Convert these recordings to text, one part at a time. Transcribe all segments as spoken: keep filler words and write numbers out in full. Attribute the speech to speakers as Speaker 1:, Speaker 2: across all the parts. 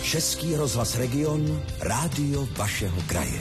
Speaker 1: Český rozhlas Region, rádio vašeho kraje.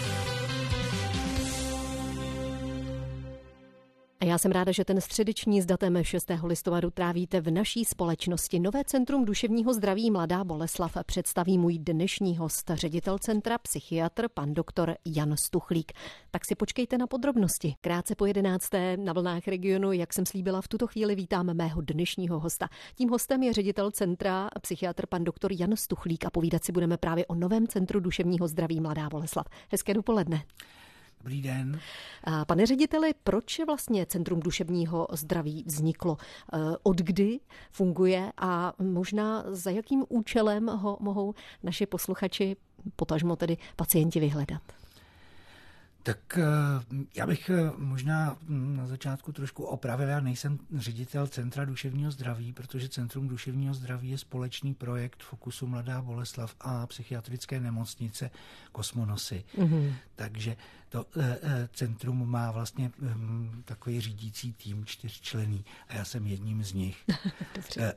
Speaker 2: A já jsem ráda, že ten středeční s datem šestého listopadu trávíte v naší společnosti. Nové Centrum duševního zdraví Mladá Boleslav představí můj dnešní host, ředitel centra, psychiatr, pan doktor Jan Stuchlík. Tak si počkejte na podrobnosti. Krátce po jedenácté na vlnách Regionu, jak jsem slíbila, v tuto chvíli vítám mého dnešního hosta. Tím hostem je ředitel centra, psychiatr, pan doktor Jan Stuchlík a povídat si budeme právě o novém Centru duševního zdraví Mladá Boleslav. Hezké dopoledne.
Speaker 3: Dobrý den.
Speaker 2: Pane řediteli, proč vlastně Centrum duševního zdraví vzniklo? Od kdy funguje a možná za jakým účelem ho mohou naši posluchači, potažmo tedy pacienti, vyhledat?
Speaker 3: Tak já bych možná na začátku trošku opravil. Já nejsem ředitel Centra duševního zdraví, protože Centrum duševního zdraví je společný projekt Fokusu Mladá Boleslav a psychiatrické nemocnice Kosmonosy. Mm-hmm. Takže to centrum má vlastně takový řídící tým čtyřčlenný a já jsem jedním z nich.
Speaker 2: Dobře.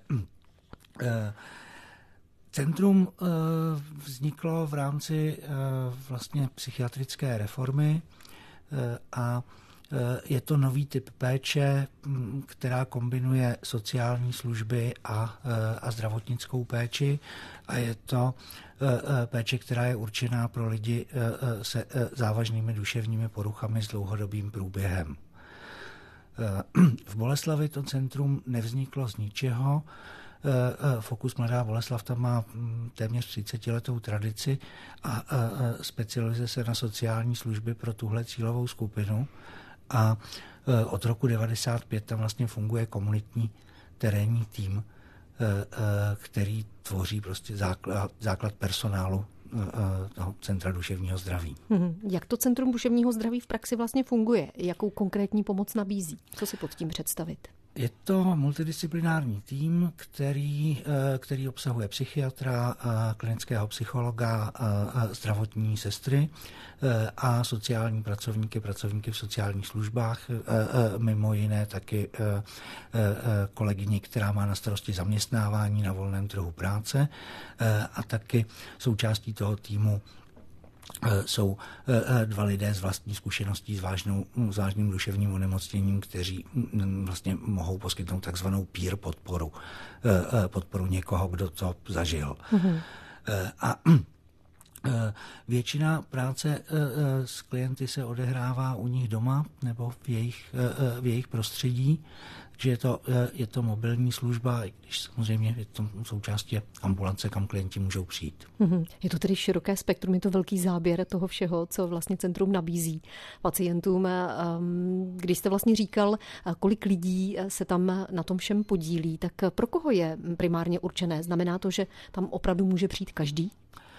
Speaker 3: Centrum vzniklo v rámci vlastně psychiatrické reformy a je to nový typ péče, která kombinuje sociální služby a, a zdravotnickou péči a je to péče, která je určená pro lidi se závažnými duševními poruchami s dlouhodobým průběhem. V Boleslavi to centrum nevzniklo z ničeho. Fokus Mladá Boleslav tam má téměř třicetiletou tradici a specializuje se na sociální služby pro tuhle cílovou skupinu a od roku devadesát pět tam vlastně funguje komunitní terénní tým, který tvoří prostě základ, základ personálu toho Centra duševního zdraví.
Speaker 2: Jak to Centrum duševního zdraví v praxi vlastně funguje? Jakou konkrétní pomoc nabízí? Co si pod tím představit?
Speaker 3: Je to multidisciplinární tým, který, který obsahuje psychiatra, klinického psychologa, zdravotní sestry a sociální pracovníky, pracovníky v sociálních službách, mimo jiné taky kolegyni, která má na starosti zaměstnávání na volném trhu práce a taky součástí toho týmu jsou dva lidé s vlastní zkušeností s, vážnou, s vážným duševním onemocněním, kteří vlastně mohou poskytnout takzvanou peer podporu, podporu někoho, kdo to zažil. Mm-hmm. A většina práce s klienty se odehrává u nich doma nebo v jejich, v jejich prostředí, že je to, je to mobilní služba, i když samozřejmě je to součástí ambulance, kam klienti můžou přijít.
Speaker 2: Je to tedy široké spektrum, je to velký záběr toho všeho, co vlastně centrum nabízí pacientům. Když jste vlastně říkal, kolik lidí se tam na tom všem podílí, tak pro koho je primárně určené? Znamená to, že tam opravdu může přijít každý?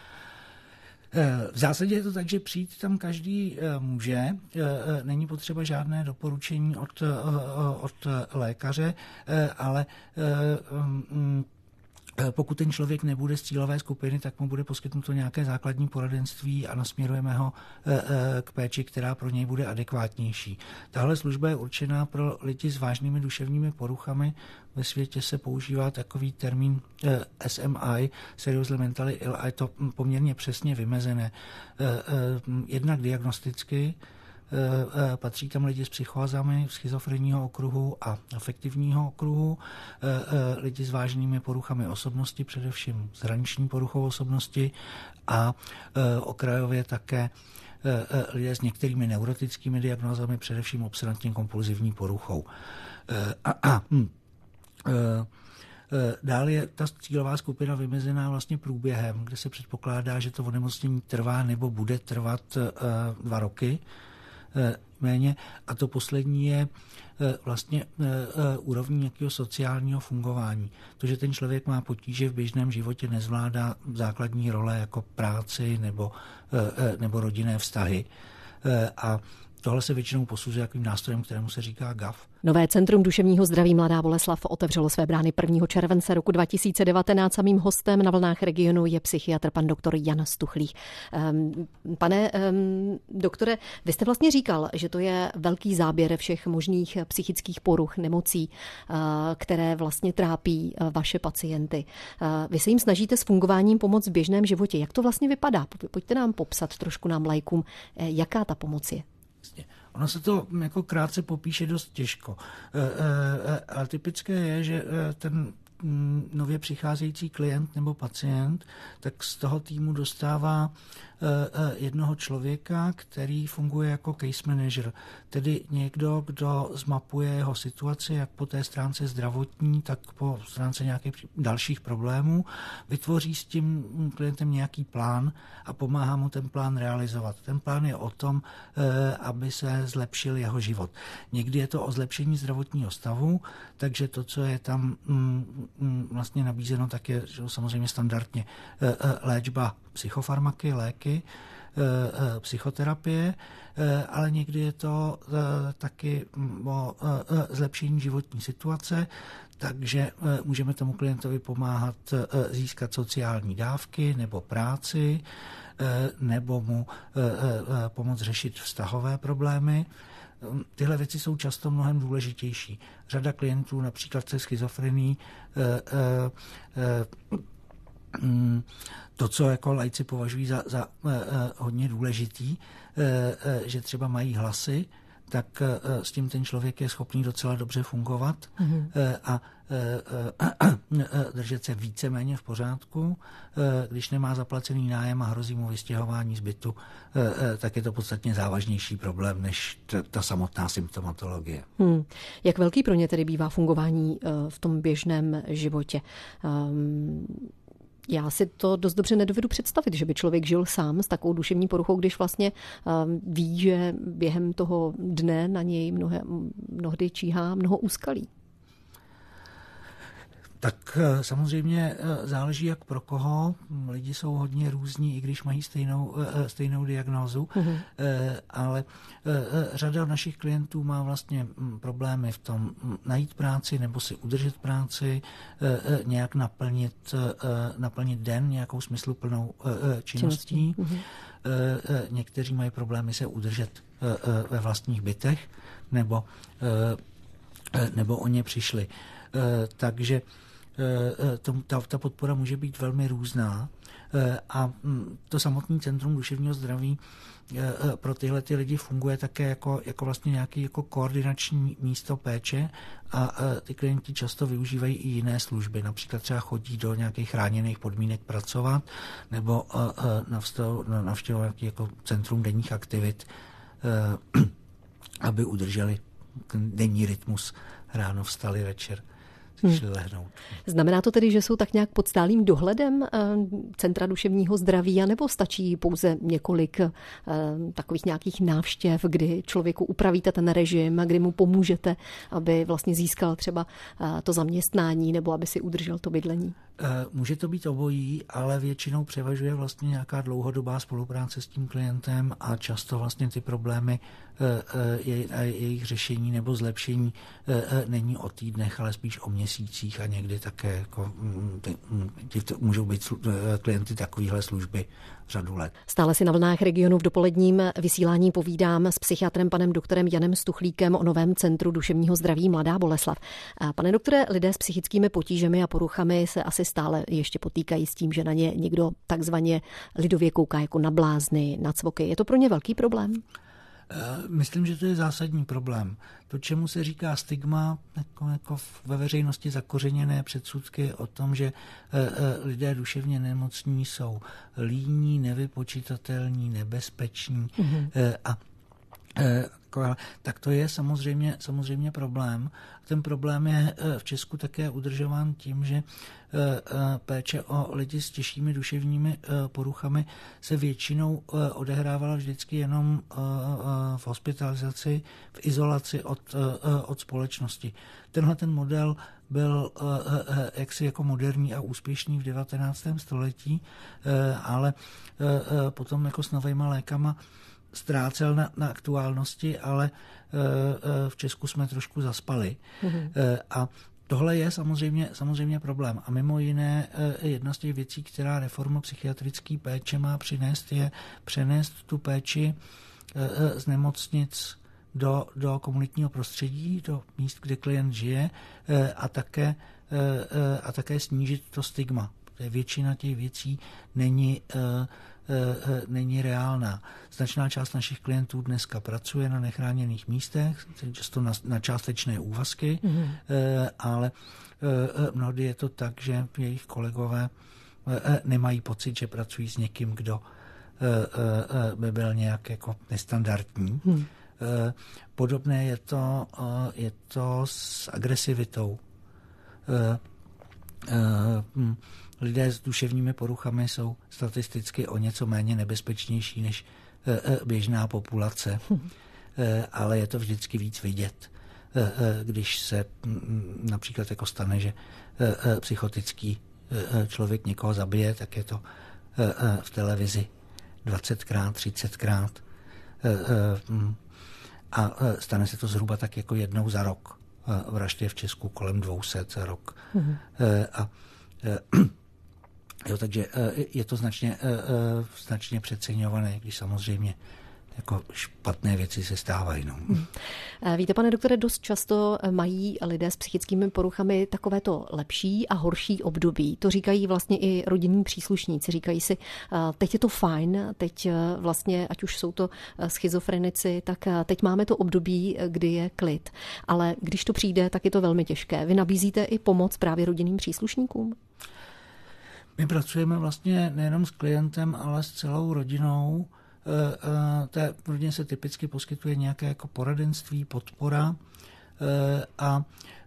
Speaker 3: V zásadě je to tak, že přijít tam každý může, není potřeba žádné doporučení od, od lékaře, ale pokud ten člověk nebude z cílové skupiny, tak mu bude poskytnuto nějaké základní poradenství a nasměrujeme ho k péči, která pro něj bude adekvátnější. Tahle služba je určená pro lidi s vážnými duševními poruchami. Ve světě se používá takový termín S M I, Seriously Mentally Ill, a je to poměrně přesně vymezené. Jednak diagnosticky, patří tam lidi s psychózami schizofrenního okruhu a afektivního okruhu, lidi s vážnými poruchami osobnosti, především s hraniční poruchou osobnosti a okrajově také lidé s některými neurotickými diagnózami, především obsedantně kompulzivní poruchou. A, a, hm, Dále je ta cílová skupina vymezená vlastně průběhem, kde se předpokládá, že to onemocnění trvá nebo bude trvat dva roky méně. A to poslední je vlastně úrovní nějakého sociálního fungování. To, že ten člověk má potíže v běžném životě, nezvládá základní role jako práci nebo, nebo rodinné vztahy. A tohle se většinou posuzuje jakým nástrojem, kterému se říká G A F.
Speaker 2: Nové Centrum duševního zdraví Mladá Boleslav otevřelo své brány prvního července roku dva tisíce devatenáct. Samým hostem na vlnách regionu je psychiatr pan doktor Jan Stuchlý. Pane doktore, vy jste vlastně říkal, že to je velký záběr všech možných psychických poruch, nemocí, které vlastně trápí vaše pacienty. Vy se jim snažíte s fungováním pomoct v běžném životě. Jak to vlastně vypadá? Pojďte nám popsat trošku nám laikům, jaká ta pomoc je.
Speaker 3: Ono se to jako krátce popíše dost těžko. Ale typické je, že ten nově přicházející klient nebo pacient, tak z toho týmu dostává jednoho člověka, který funguje jako case manager, tedy někdo, kdo zmapuje jeho situaci jak po té stránce zdravotní, tak po stránce nějakých dalších problémů, vytvoří s tím klientem nějaký plán a pomáhá mu ten plán realizovat. Ten plán je o tom, aby se zlepšil jeho život. Někdy je to o zlepšení zdravotního stavu, takže to, co je tam vlastně nabízeno, tak je samozřejmě standardně léčba psychofarmaky, léky, psychoterapie, ale někdy je to taky o zlepšení životní situace, takže můžeme tomu klientovi pomáhat získat sociální dávky nebo práci, nebo mu pomoct řešit vztahové problémy. Tyhle věci jsou často mnohem důležitější. Řada klientů například se schizofrenií to, co jako laici považují za, za uh, hodně důležitý, uh, uh, že třeba mají hlasy, tak uh, s tím ten člověk je schopný docela dobře fungovat mm-hmm. uh, a uh, uh, uh, držet se víceméně v pořádku. Uh, když nemá zaplacený nájem a hrozí mu vystěhování z bytu, uh, uh, tak je to podstatně závažnější problém než t- ta samotná symptomatologie.
Speaker 2: Hmm. Jak velký pro ně tedy bývá fungování uh, v tom běžném životě? Um... Já si to dost dobře nedovedu představit, že by člověk žil sám s takovou duševní poruchou, když vlastně ví, že během toho dne na něj mnohé, mnohdy číhá mnoho úskalí.
Speaker 3: Tak samozřejmě záleží jak pro koho. Lidi jsou hodně různí, i když mají stejnou, stejnou diagnózu, mm-hmm. ale řada našich klientů má vlastně problémy v tom najít práci nebo si udržet práci, nějak naplnit, naplnit den nějakou smysluplnou činností. Mm-hmm. Někteří mají problémy se udržet ve vlastních bytech nebo, nebo o ně přišli. Takže ta, ta podpora může být velmi různá a to samotné Centrum duševního zdraví pro tyhle ty lidi funguje také jako, jako vlastně nějaký jako koordinační místo péče a ty klienti často využívají i jiné služby, například třeba chodí do nějakých chráněných podmínek pracovat nebo navštěvují nějaký jako centrum denních aktivit, aby udrželi ten denní rytmus, ráno vstali, večer šli lehnout.
Speaker 2: Znamená to tedy, že jsou tak nějak pod stálým dohledem Centra duševního zdraví, anebo stačí pouze několik takových nějakých návštěv, kdy člověku upravíte ten režim a kdy mu pomůžete, aby vlastně získal třeba to zaměstnání nebo aby si udržel to bydlení?
Speaker 3: Může to být obojí, ale většinou převažuje vlastně nějaká dlouhodobá spolupráce s tím klientem a často vlastně ty problémy a jejich řešení nebo zlepšení není o týdnech, ale spíš o měsících a někdy také jako, můžou být klienty takovéhle služby řadu let.
Speaker 2: Stále si na vlnách regionu v dopoledním vysílání povídám s psychiatrem panem doktorem Janem Stuchlíkem o novém Centru duševního zdraví Mladá Boleslav. Pane doktore, lidé s psychickými potížemi a poruchami se asi stále ještě potýkají s tím, že na ně někdo takzvaně lidově kouká jako na blázny, na cvoky. Je to pro ně velký problém?
Speaker 3: Myslím, že to je zásadní problém. To, čemu se říká stigma, jako, jako ve veřejnosti zakořeněné předsudky o tom, že lidé duševně nemocní jsou líní, nevypočitatelní, nebezpeční mm-hmm. a tak to je samozřejmě, samozřejmě problém. Ten problém je v Česku také udržován tím, že péče o lidi s těžšími duševními poruchami se většinou odehrávala vždycky jenom v hospitalizaci, v izolaci od, od společnosti. Tenhle ten model byl jaksi jako moderní a úspěšný v devatenáctém století, ale potom jako s novejma lékama ztrácel na, na aktuálnosti, ale v Česku jsme trošku zaspali. Mm-hmm. A tohle je samozřejmě, samozřejmě problém. A mimo jiné jedna z těch věcí, která reforma psychiatrické péče má přinést, je přenést tu péči z nemocnic do, do komunitního prostředí, do míst, kde klient žije a také, a také snížit to stigma. Většina těch věcí není, není reálná. Značná část našich klientů dneska pracuje na nechráněných místech, často na, na částečné úvazky, mm. ale mnohdy je to tak, že jejich kolegové nemají pocit, že pracují s někým, kdo by byl nějak jako nestandardní. Hmm. Podobné je to, je to s agresivitou. Lidé s duševními poruchami jsou statisticky o něco méně nebezpečnější než běžná populace, hmm. ale je to vždycky víc vidět, když se například jako stane, že psychotický člověk někoho zabije, tak je to v televizi dvacetkrát, třicetkrát a stane se to zhruba tak jako jednou za rok. Vražd je v Česku kolem dvě stě za rok. Mm-hmm. A, jo, takže je to značně, značně přeceňované, když samozřejmě jako špatné věci se stávají. No. Hmm.
Speaker 2: Víte, pane doktore, dost často mají lidé s psychickými poruchami takovéto lepší a horší období. To říkají vlastně i rodinní příslušníci. Říkají si, teď je to fajn, teď vlastně, ať už jsou to schizofrenici, tak teď máme to období, kdy je klid. Ale když to přijde, tak je to velmi těžké. Vy nabízíte i pomoc právě rodinným příslušníkům?
Speaker 3: My pracujeme vlastně nejenom s klientem, ale s celou rodinou. Té rodině se typicky poskytuje nějaké jako poradenství, podpora a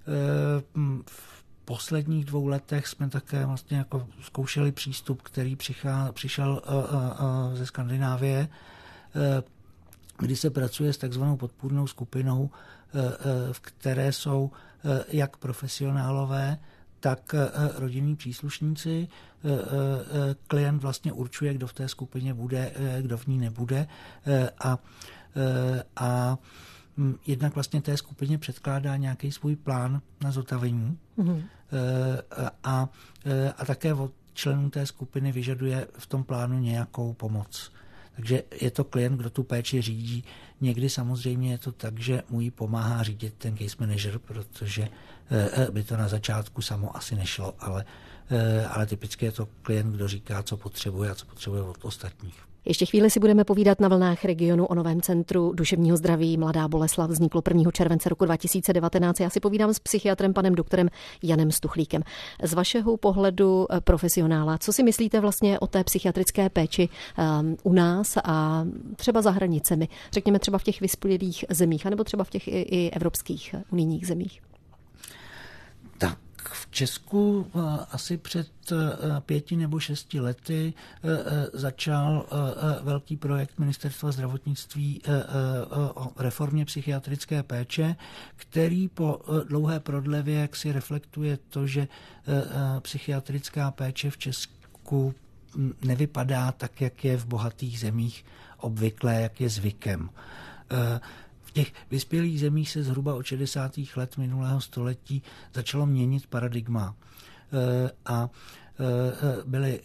Speaker 3: v posledních dvou letech jsme také vlastně jako zkoušeli přístup, který přichá, přišel ze Skandinávie, kdy se pracuje s takzvanou podpůrnou skupinou, v které jsou jak profesionálové, tak rodinní příslušníci. Klient vlastně určuje, kdo v té skupině bude, kdo v ní nebude a, a jednak vlastně té skupině předkládá nějaký svůj plán na zotavení mm-hmm. a, a také od členů té skupiny vyžaduje v tom plánu nějakou pomoc. Takže je to klient, kdo tu péči řídí. Někdy samozřejmě je to tak, že mu ji pomáhá řídit ten case manager, protože by to na začátku samo asi nešlo, ale, ale typicky je to klient, kdo říká, co potřebuje a co potřebuje od ostatních.
Speaker 2: Ještě chvíli si budeme povídat na vlnách Regionu o novém centru duševního zdraví Mladá Boleslav. Vzniklo prvního července roku dva tisíce devatenáct. Já si povídám s psychiatrem panem doktorem Janem Stuchlíkem. Z vašeho pohledu profesionála, co si myslíte vlastně o té psychiatrické péči um, u nás a třeba za hranicemi? Řekněme třeba v těch vyspělých zemích, anebo třeba v těch i, i evropských unijních zemích.
Speaker 3: Tak. V Česku asi před pěti nebo šesti lety začal velký projekt Ministerstva zdravotnictví o reformě psychiatrické péče, který po dlouhé prodlevě jaksi reflektuje to, že psychiatrická péče v Česku nevypadá tak, jak je v bohatých zemích obvyklé, jak je zvykem. V těch vyspělých zemích se zhruba od šedesátých let minulého století začalo měnit paradigma a byly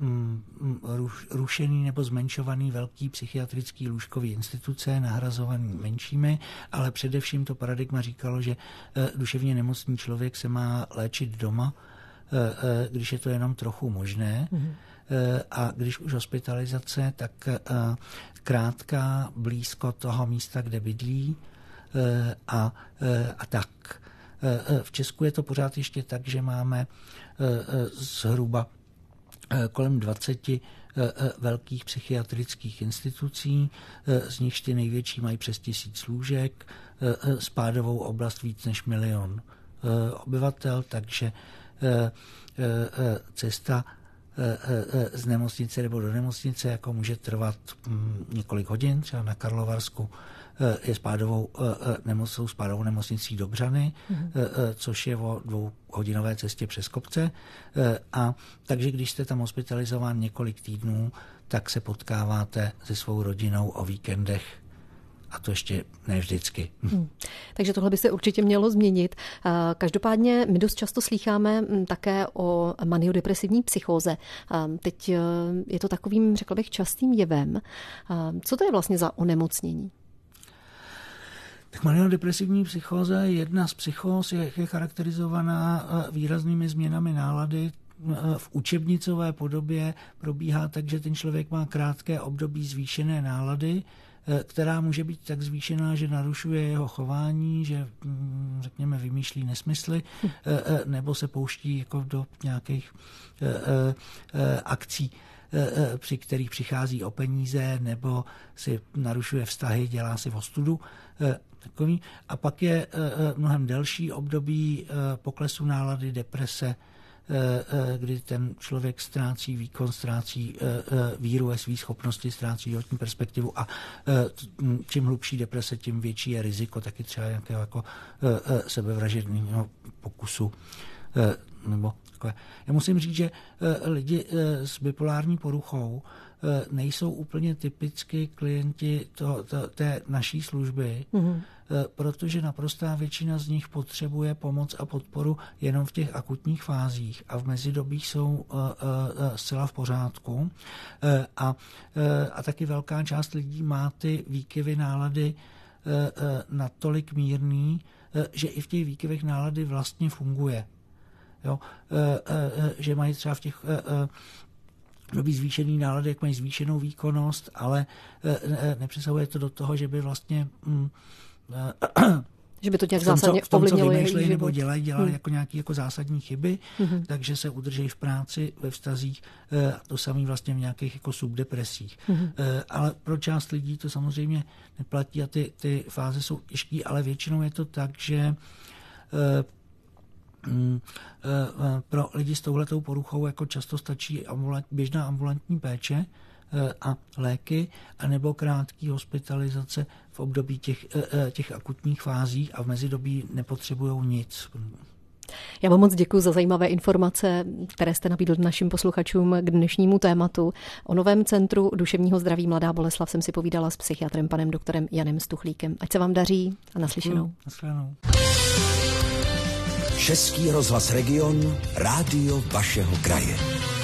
Speaker 3: rušený nebo zmenšovaný velký psychiatrický lůžkový instituce, nahrazovaný menšími, ale především to paradigma říkalo, že duševně nemocný člověk se má léčit doma, když je to jenom trochu možné. Mm-hmm. A když už hospitalizace, tak krátká, blízko toho místa, kde bydlí a, a tak. V Česku je to pořád ještě tak, že máme zhruba kolem dvaceti velkých psychiatrických institucí, z nichž ty největší mají přes tisíc lůžek, spádovou oblast víc než milion obyvatel, takže cesta z nemocnice nebo do nemocnice jako může trvat několik hodin, třeba na Karlovarsku je spádovou nemocnou, spádovou nemocnicí Dobřany, mm. což je o dvouhodinové cestě přes kopce. A takže když jste tam hospitalizován několik týdnů, tak se potkáváte se svou rodinou o víkendech. A to ještě ne vždycky.
Speaker 2: Hmm. Takže tohle by se určitě mělo změnit. Každopádně my dost často slýcháme také o maniodepresivní psychóze. Teď je to takovým, řekla bych, častým jevem. Co to je vlastně za onemocnění?
Speaker 3: Tak maniodepresivní psychóza je jedna z psychóz, je, je charakterizovaná výraznými změnami nálady. V učebnicové podobě probíhá tak, že ten člověk má krátké období zvýšené nálady, která může být tak zvýšená, že narušuje jeho chování, že řekněme vymýšlí nesmysly, nebo se pouští jako do nějakých akcí, při kterých přichází o peníze, nebo si narušuje vztahy, dělá si ostudu. Takový. A pak je mnohem delší období poklesu nálady, deprese, kdy ten člověk ztrácí výkon, ztrácí víru ve své schopnosti, ztrácí životní perspektivu a čím hlubší deprese, tím větší je riziko taky třeba nějakého jako sebevražedného pokusu nebo takové. Já musím říct, že lidi s bipolární poruchou nejsou úplně typicky klienti to, to, té naší služby, mm-hmm. protože naprostá většina z nich potřebuje pomoc a podporu jenom v těch akutních fázích a v mezidobí jsou uh, uh, zcela v pořádku. Uh, a, uh, a taky velká část lidí má ty výkyvy nálady uh, uh, natolik mírný, uh, že i v těch výkyvech nálady vlastně funguje. Jo? Uh, uh, uh, že mají třeba v těch uh, uh, dobí zvýšený nálady, jak mají zvýšenou výkonnost, ale e, nepřesahuje to do toho, že by vlastně mm, e,
Speaker 2: že by to nějak
Speaker 3: v tom,
Speaker 2: zásadně
Speaker 3: co, v tom,
Speaker 2: ovlivnilo
Speaker 3: co vymýšlejí nebo dělají, dělali
Speaker 2: hmm.
Speaker 3: jako nějaké jako zásadní chyby, hmm. takže se udržejí v práci, ve vztazích e, a to samé vlastně v nějakých jako subdepresích. Hmm. E, ale pro část lidí to samozřejmě neplatí a ty, ty fáze jsou těžké, ale většinou je to tak, že e, pro lidi s touhletou poruchou jako často stačí ambulant, běžná ambulantní péče a léky, anebo krátký hospitalizace v období těch, těch akutních fází a v mezidobí nepotřebují nic.
Speaker 2: Já vám moc děkuji za zajímavé informace, které jste nabídl našim posluchačům k dnešnímu tématu. O novém centru duševního zdraví Mladá Boleslav jsem si povídala s psychiatrem panem doktorem Janem Stuchlíkem. Ať se vám daří a naslyšenou.
Speaker 3: Naslyšenou.
Speaker 1: Český rozhlas Region, rádio vašeho kraje.